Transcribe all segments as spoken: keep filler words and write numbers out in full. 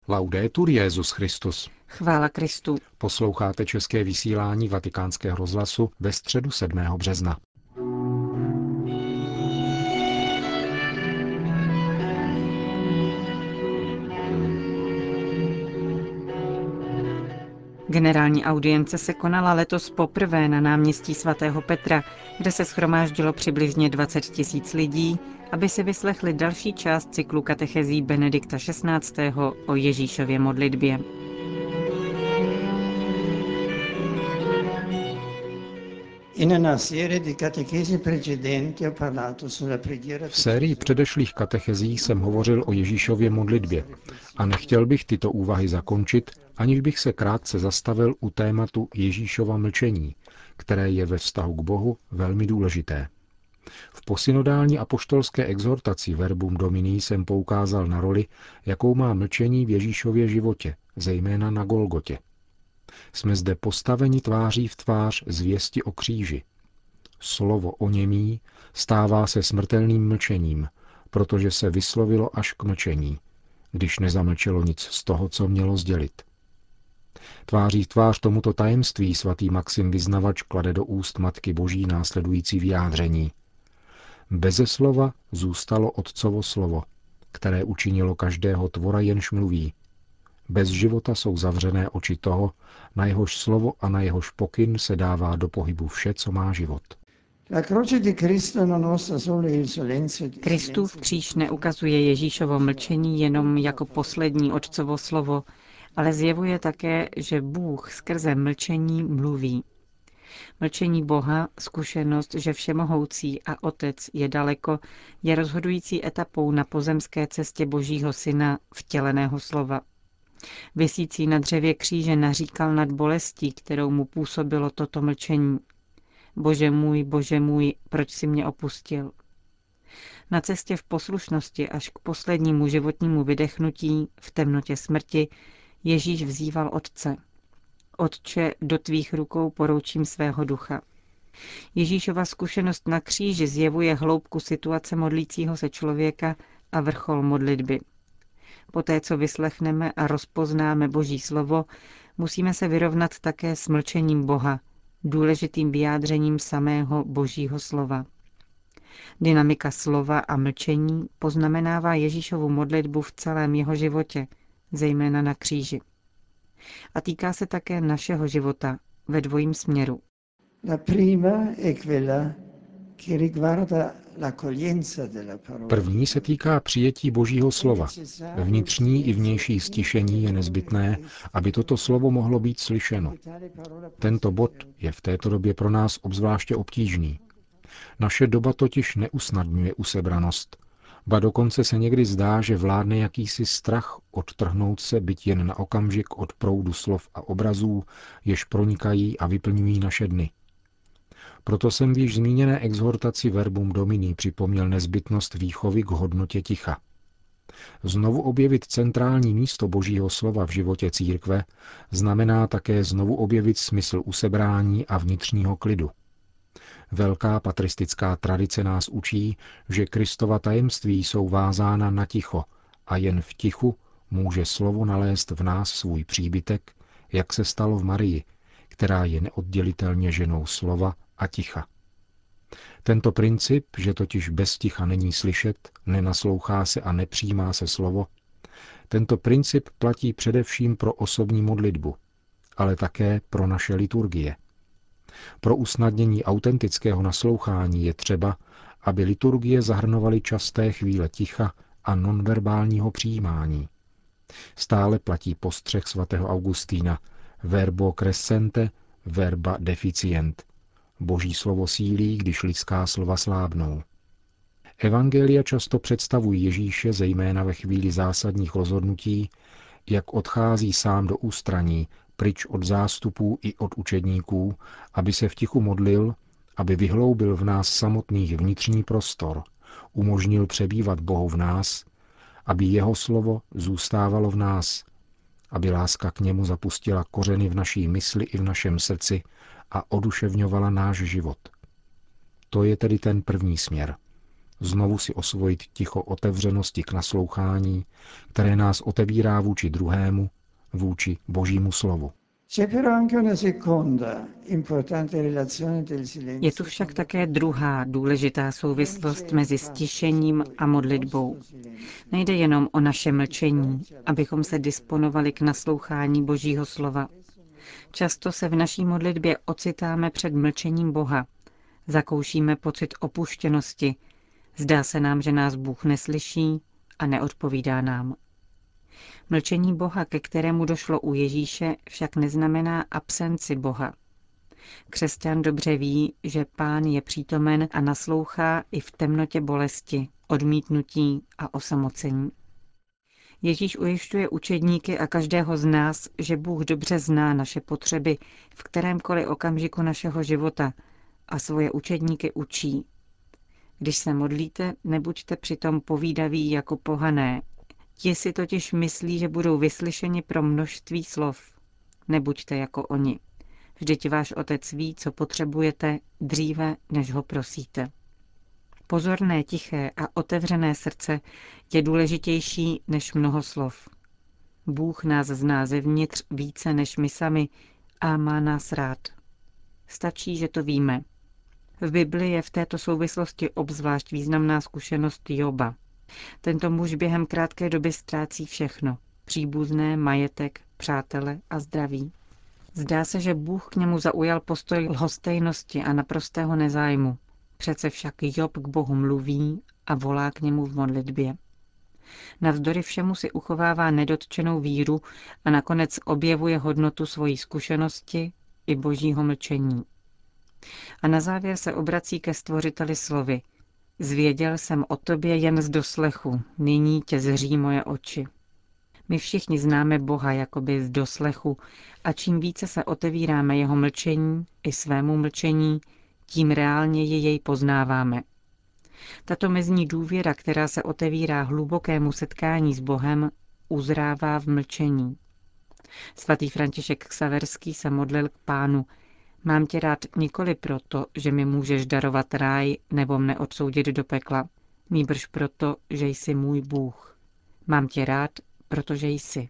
Laudetur Jesus Christus. Chvála Kristu. Posloucháte české vysílání Vatikánského rozhlasu ve středu sedmého března. Generální audience se konala letos poprvé na náměstí svatého Petra, kde se shromáždilo přibližně dvacet tisíc lidí, aby si vyslechli další část cyklu katechezí Benedikta šestnáctého. o Ježíšově modlitbě. V sérii předešlých katechezí jsem hovořil o Ježíšově modlitbě a nechtěl bych tyto úvahy zakončit, aniž bych se krátce zastavil u tématu Ježíšova mlčení, které je ve vztahu k Bohu velmi důležité. V posynodální apoštolské exhortaci Verbum Domini jsem poukázal na roli, jakou má mlčení v Ježíšově životě, zejména na Golgotě. Jsme zde postaveni tváří v tvář zvěsti o kříži. Slovo oněmí stává se smrtelným mlčením, protože se vyslovilo až k mlčení, když nezamlčelo nic z toho, co mělo sdělit. Tváří v tvář tomuto tajemství svatý Maxim Vyznavač klade do úst Matky Boží následující vyjádření. Beze slova zůstalo Otcovo slovo, které učinilo každého tvora, jenž mluví. Bez života jsou zavřené oči toho, na jehož slovo a na jehož pokyn se dává do pohybu vše, co má život. Kristův kříž neukazuje Ježíšovo mlčení jenom jako poslední Otcovo slovo, ale zjevuje také, že Bůh skrze mlčení mluví. Mlčení Boha, zkušenost, že všemohoucí a Otec je daleko, je rozhodující etapou na pozemské cestě Božího Syna, vtěleného slova. Visící na dřevě kříže naříkal nad bolestí, kterou mu působilo toto mlčení. Bože můj, Bože můj, proč jsi mě opustil? Na cestě v poslušnosti až k poslednímu životnímu vydechnutí v temnotě smrti Ježíš vzýval Otce. Otče, do tvých rukou poroučím svého ducha. Ježíšova zkušenost na kříži zjevuje hloubku situace modlícího se člověka a vrchol modlitby. Poté, co vyslechneme a rozpoznáme Boží slovo, musíme se vyrovnat také s mlčením Boha, důležitým vyjádřením samého Božího slova. Dynamika slova a mlčení poznamenává Ježíšovu modlitbu v celém jeho životě, zejména na kříži. A týká se také našeho života ve dvojím směru. První se týká přijetí Božího slova. Vnitřní i vnější stišení je nezbytné, aby toto slovo mohlo být slyšeno. Tento bod je v této době pro nás obzvláště obtížný. Naše doba totiž neusnadňuje usebranost, ba dokonce se někdy zdá, že vládne jakýsi strach odtrhnout se byť jen na okamžik od proudu slov a obrazů, jež pronikají a vyplňují naše dny. Proto jsem v již zmíněné exhortaci Verbum Domini připomněl nezbytnost výchovy k hodnotě ticha. Znovu objevit centrální místo Božího slova v životě církve znamená také znovu objevit smysl usebrání a vnitřního klidu. Velká patristická tradice nás učí, že Kristova tajemství jsou vázána na ticho a jen v tichu může slovo nalézt v nás svůj příbytek, jak se stalo v Marii, která je neoddělitelně ženou slova a ticha. Tento princip, že totiž bez ticha není slyšet, nenaslouchá se a nepřijímá se slovo, tento princip platí především pro osobní modlitbu, ale také pro naše liturgie. Pro usnadnění autentického naslouchání je třeba, aby liturgie zahrnovaly časté chvíle ticha a nonverbálního přijímání. Stále platí postřeh svatého Augustína verbo crescente, verba deficient. Boží slovo sílí, když lidská slova slábnou. Evangelia často představují Ježíše, zejména ve chvíli zásadních rozhodnutí, jak odchází sám do ústraní, pryč od zástupů i od učedníků, aby se v tichu modlil, aby vyhloubil v nás samotných vnitřní prostor, umožnil přebývat Bohu v nás, aby jeho slovo zůstávalo v nás, aby láska k němu zapustila kořeny v naší mysli i v našem srdci a oduševňovala náš život. To je tedy ten první směr. znovu si osvojit ticho otevřenosti k naslouchání, které nás otevírá vůči druhému, vůči Božímu slovu. Je tu však také druhá důležitá souvislost mezi stišením a modlitbou. Nejde jenom o naše mlčení, abychom se disponovali k naslouchání Božího slova. Často se v naší modlitbě ocitáme před mlčením Boha. Zakoušíme pocit opuštěnosti. Zdá se nám, že nás Bůh neslyší a neodpovídá nám. Mlčení Boha, ke kterému došlo u Ježíše, však neznamená absenci Boha. Křesťan dobře ví, že Pán je přítomen a naslouchá i v temnotě bolesti, odmítnutí a osamocení. Ježíš ujišťuje učedníky a každého z nás, že Bůh dobře zná naše potřeby v kterémkoliv okamžiku našeho života a svoje učedníky učí. Když se modlíte, nebuďte přitom povídaví jako pohané. Ti si totiž myslí, že budou vyslyšeni pro množství slov. Nebuďte jako oni. Vždyť váš otec ví, co potřebujete, dříve, než ho prosíte. Pozorné, tiché a otevřené srdce je důležitější než mnoho slov. Bůh nás zná zevnitř více než my sami a má nás rád. Stačí, že to víme. V Bibli je v této souvislosti obzvlášť významná zkušenost Joba. Tento muž během krátké doby ztrácí všechno. Příbuzné, majetek, přátele a zdraví. Zdá se, že Bůh k němu zaujal postoj lhostejnosti a naprostého nezájmu. Přece však Job k Bohu mluví a volá k němu v modlitbě. Navzdory všemu si uchovává nedotčenou víru a nakonec objevuje hodnotu svojí zkušenosti i Božího mlčení. A na závěr se obrací ke Stvořiteli slovy: Zvěděl jsem o tobě jen z doslechu, nyní tě zří moje oči. My všichni známe Boha jakoby z doslechu a čím více se otevíráme jeho mlčení i svému mlčení, tím reálněji jej poznáváme. Tato mezní důvěra, která se otevírá hlubokému setkání s Bohem, uzrává v mlčení. Svatý František Xaverský se modlil k Pánu: Mám tě rád nikoli proto, že mi můžeš darovat ráj nebo mne odsoudit do pekla, nýbrž proto, že jsi můj Bůh. Mám tě rád, protože jsi.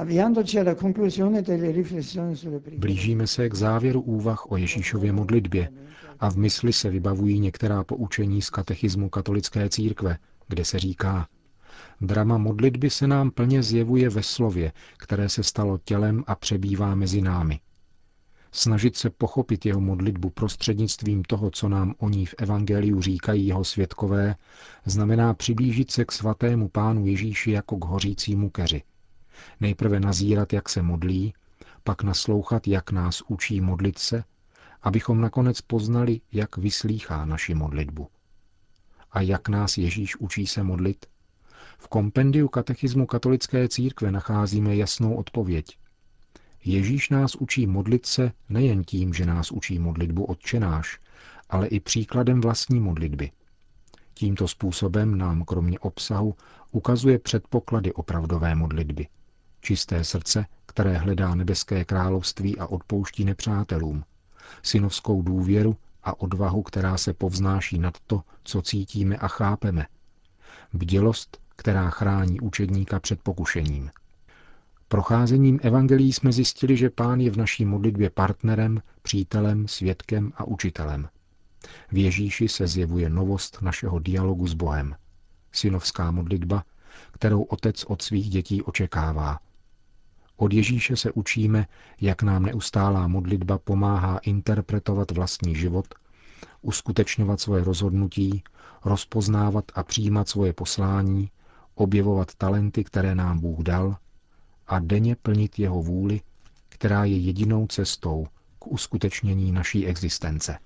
Blížíme se k závěru úvah o Ježíšově modlitbě a v mysli se vybavují některá poučení z katechismu katolické církve, kde se říká: Drama modlitby se nám plně zjevuje ve slově, které se stalo tělem a přebývá mezi námi. Snažit se pochopit jeho modlitbu prostřednictvím toho, co nám o ní v evangeliu říkají jeho svědkové, znamená přiblížit se k svatému Pánu Ježíši jako k hořícímu keři. Nejprve nazírat, jak se modlí, pak naslouchat, jak nás učí modlit se, abychom nakonec poznali, jak vyslýchá naši modlitbu. A jak nás Ježíš učí se modlit? V kompendiu katechismu katolické církve nacházíme jasnou odpověď. Ježíš nás učí modlit se nejen tím, že nás učí modlitbu Otčenáš, ale i příkladem vlastní modlitby. Tímto způsobem nám kromě obsahu ukazuje předpoklady opravdové modlitby. Čisté srdce, které hledá nebeské království a odpouští nepřátelům. Synovskou důvěru a odvahu, která se povznáší nad to, co cítíme a chápeme. Bdělost, která chrání učedníka před pokušením. Procházením evangelií jsme zjistili, že Pán je v naší modlitbě partnerem, přítelem, svědkem a učitelem. V Ježíši se zjevuje novost našeho dialogu s Bohem. Synovská modlitba, kterou Otec od svých dětí očekává. Od Ježíše se učíme, jak nám neustálá modlitba pomáhá interpretovat vlastní život, uskutečňovat svoje rozhodnutí, rozpoznávat a přijímat svoje poslání, objevovat talenty, které nám Bůh dal, a denně plnit jeho vůli, která je jedinou cestou k uskutečnění naší existence.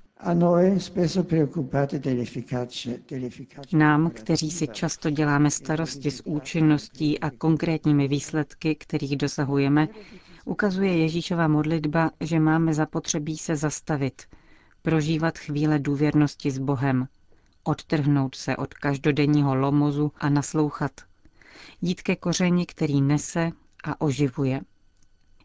Nám, kteří si často děláme starosti s účinností a konkrétními výsledky, kterých dosahujeme, ukazuje Ježíšova modlitba, že máme zapotřebí se zastavit, prožívat chvíle důvěrnosti s Bohem, odtrhnout se od každodenního lomozu a naslouchat, jít ke kořeni, který nese a oživuje.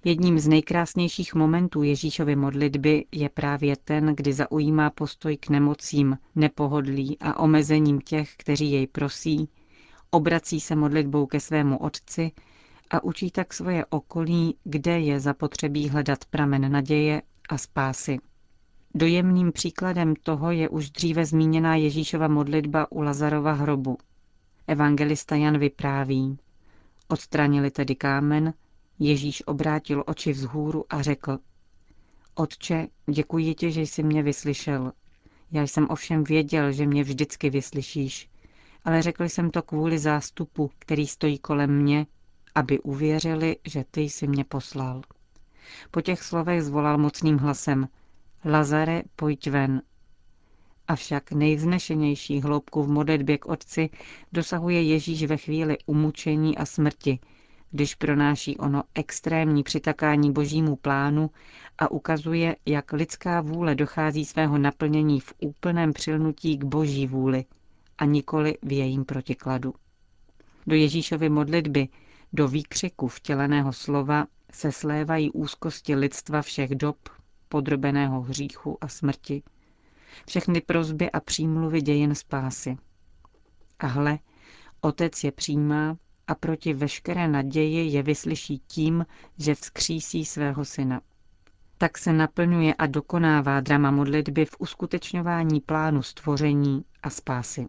Jedním z nejkrásnějších momentů Ježíšovy modlitby je právě ten, kdy zaujímá postoj k nemocím, nepohodlí a omezením těch, kteří jej prosí, obrací se modlitbou ke svému Otci a učí tak svoje okolí, kde je zapotřebí hledat pramen naděje a spásy. Dojemným příkladem toho je už dříve zmíněná Ježíšova modlitba u Lazarova hrobu. Evangelista Jan vypráví: Odstranili tedy kámen, Ježíš obrátil oči vzhůru a řekl: Otče, děkuji ti, že jsi mě vyslyšel. Já jsem ovšem věděl, že mě vždycky vyslyšíš, ale řekl jsem to kvůli zástupu, který stojí kolem mě, aby uvěřili, že ty jsi mě poslal. Po těch slovech zvolal mocným hlasem: Lazare, pojď ven. Avšak nejvznešenější hloubku v modlitbě k Otci dosahuje Ježíš ve chvíli umučení a smrti, když pronáší ono extrémní přitakání Božímu plánu a ukazuje, jak lidská vůle dochází svého naplnění v úplném přilnutí k Boží vůli a nikoli v jejím protikladu. Do Ježíšovy modlitby, do výkřiku vtěleného slova se slévají úzkosti lidstva všech dob, podrobeného hříchu a smrti, všechny prosby a přímluvy dějin spásy. A hle, Otec je přijímá a proti veškeré naději je vyslyší tím, že vzkřísí svého syna. Tak se naplňuje a dokonává drama modlitby v uskutečňování plánu stvoření a spásy.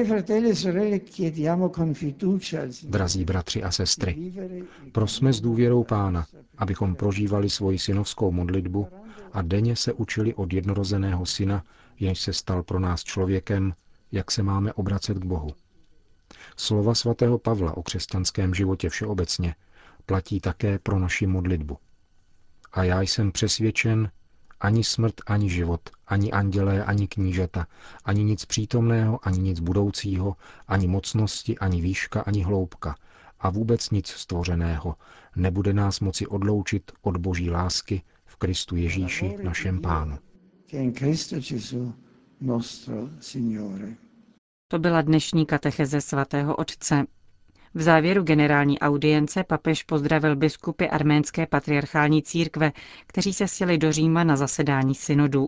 Drazí bratři a sestry, prosme s důvěrou Pána, abychom prožívali svoji synovskou modlitbu a denně se učili od jednorozeného syna, jenž se stal pro nás člověkem, jak se máme obracet k Bohu. Slova svatého Pavla o křesťanském životě všeobecně platí také pro naši modlitbu. A já jsem přesvědčen, ani smrt, ani život, ani andělé, ani knížata, ani nic přítomného, ani nic budoucího, ani mocnosti, ani výška, ani hloubka a vůbec nic stvořeného nebude nás moci odloučit od Boží lásky v Kristu Ježíši, našem Pánu. To byla dnešní katecheze svatého Otce. V závěru generální audience papež pozdravil biskupy arménské patriarchální církve, kteří se sjeli do Říma na zasedání synodu.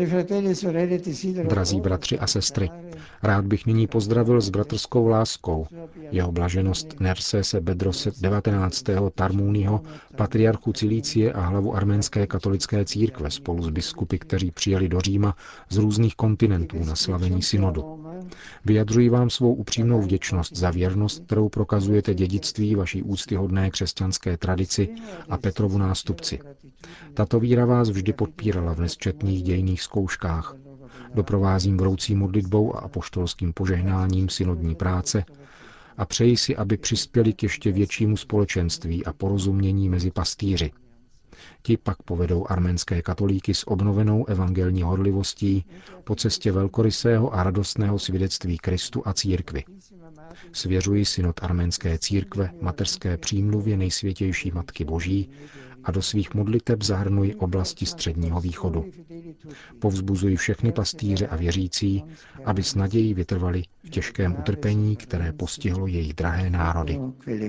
Drazí bratři a sestry, rád bych nyní pozdravil s bratrskou láskou jeho blaženost Nersese Bedrose devatenáctého Tarmúniho, patriarchu Cilície a hlavu arménské katolické církve spolu s biskupy, kteří přijeli do Říma z různých kontinentů na slavení synodu. Vyjadřuji vám svou upřímnou vděčnost za věrnost, kterou prokazujete dědictví vaší úctyhodné křesťanské tradici a Petrovu nástupci. Tato víra vás vždy podpírala v nesčetných dějných zkouškách. Doprovázím vroucí modlitbou a apoštolským požehnáním synodní práce a přeji si, aby přispěli k ještě většímu společenství a porozumění mezi pastýři. Ti pak povedou arménské katolíky s obnovenou evangelní horlivostí po cestě velkorysého a radostného svědectví Kristu a církvi. Svěřuji synod arménské církve mateřské přímluvě Nejsvětější Matky Boží a do svých modliteb zahrnuji oblasti Středního východu. Povzbuzuji všechny pastýře a věřící, aby s nadějí vytrvali v těžkém utrpení, které postihlo jejich drahé národy.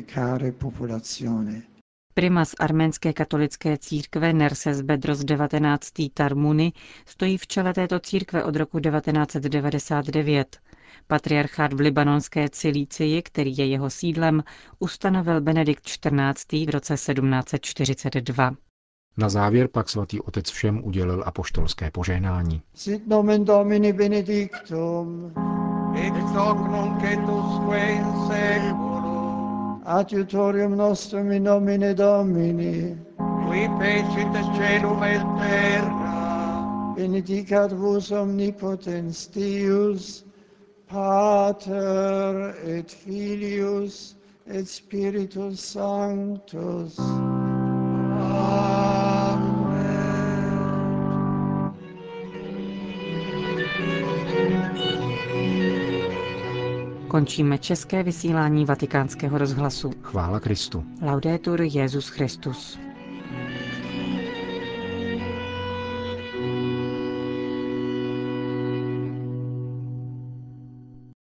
Primas arménské katolické církve Nerses Bedros devatenáctý Tarmuni stojí v čele této církve od roku devatenáct set devadesát devět. Patriarchát v libanonské Cilícii, který je jeho sídlem, ustanovil Benedikt čtrnáctý v roce sedmnáct set čtyřicet dva. Na závěr pak svatý otec všem udělil apoštolské požehnání. Sit nomen Domini benedictum, ex hoc nunc et usque in seculum, adiutorium nostrum in nomine Domini, qui fecit caelum et terra, benedicat vos omnipotens Deus, Pater et Filius et Spiritus Sanctus. Končíme české vysílání Vatikánského rozhlasu. Chvála Kristu. Laudetur Jesus Christus.